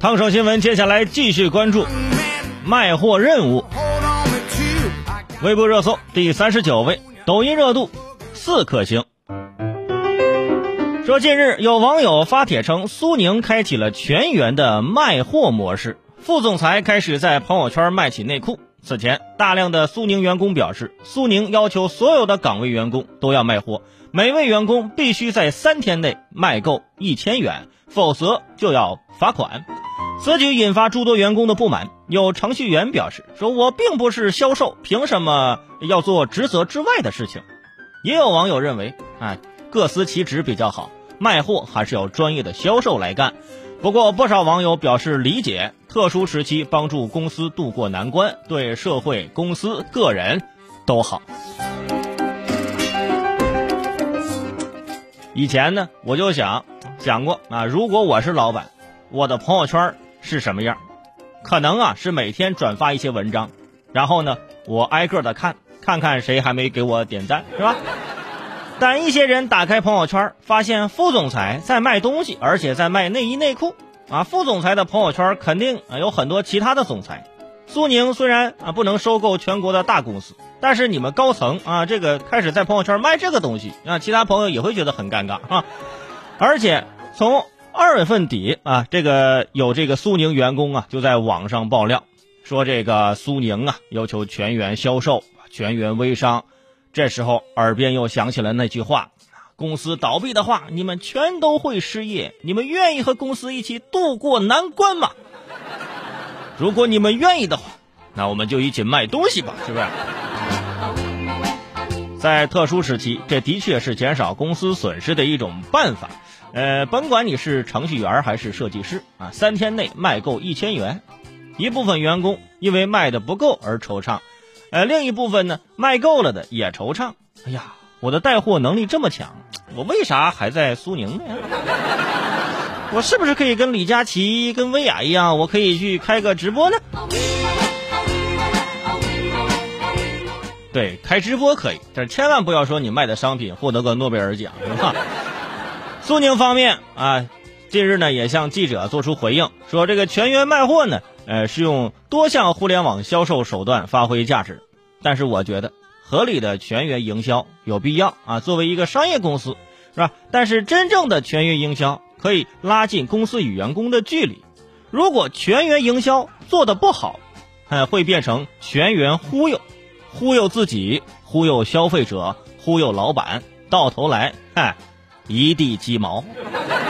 烫手新闻接下来继续关注卖货任务。微博热搜第39位，抖音热度4颗星。说近日有网友发帖称，苏宁开启了全员的卖货模式，副总裁开始在朋友圈卖起内裤。此前大量的苏宁员工表示，苏宁要求所有的岗位员工都要卖货，每位员工必须在3天内卖够1000元，否则就要罚款。此举引发诸多员工的不满，有程序员表示说，我并不是销售，凭什么要做职责之外的事情。也有网友认为各司其职比较好，卖货还是要专业的销售来干。不过不少网友表示理解，特殊时期帮助公司渡过难关，对社会、公司、个人都好。以前呢，我就想过如果我是老板，我的朋友圈是什么样？可能是每天转发一些文章，然后呢，我挨个的看看谁还没给我点赞，是吧？但一些人打开朋友圈，发现副总裁在卖东西，而且在卖内衣内裤副总裁的朋友圈肯定有很多其他的总裁。苏宁虽然不能收购全国的大公司，但是你们高层这个开始在朋友圈卖这个东西其他朋友也会觉得很尴尬而且从2月份底有这个苏宁员工就在网上爆料说，这个苏宁要求全员销售、全员微商。这时候耳边又响起了那句话，公司倒闭的话，你们全都会失业，你们愿意和公司一起渡过难关吗？如果你们愿意的话，那我们就一起卖东西吧，是不是？在特殊时期，这的确是减少公司损失的一种办法。甭管你是程序员还是设计师3天内卖够1000元。一部分员工因为卖的不够而惆怅，另一部分呢，卖够了的也惆怅。哎呀，我的带货能力这么强，我为啥还在苏宁呢？我是不是可以跟李佳琦、跟薇娅一样，我可以去开个直播呢？对，开直播可以，但千万不要说你卖的商品获得个诺贝尔奖，是吧？苏宁方面近日呢也向记者做出回应，说这个全员卖货呢，是用多项互联网销售手段发挥价值。但是我觉得合理的全员营销有必要作为一个商业公司，是吧？但是真正的全员营销可以拉近公司与员工的距离。如果全员营销做得不好，会变成全员忽悠自己，忽悠消费者，忽悠老板，到头来一地鸡毛。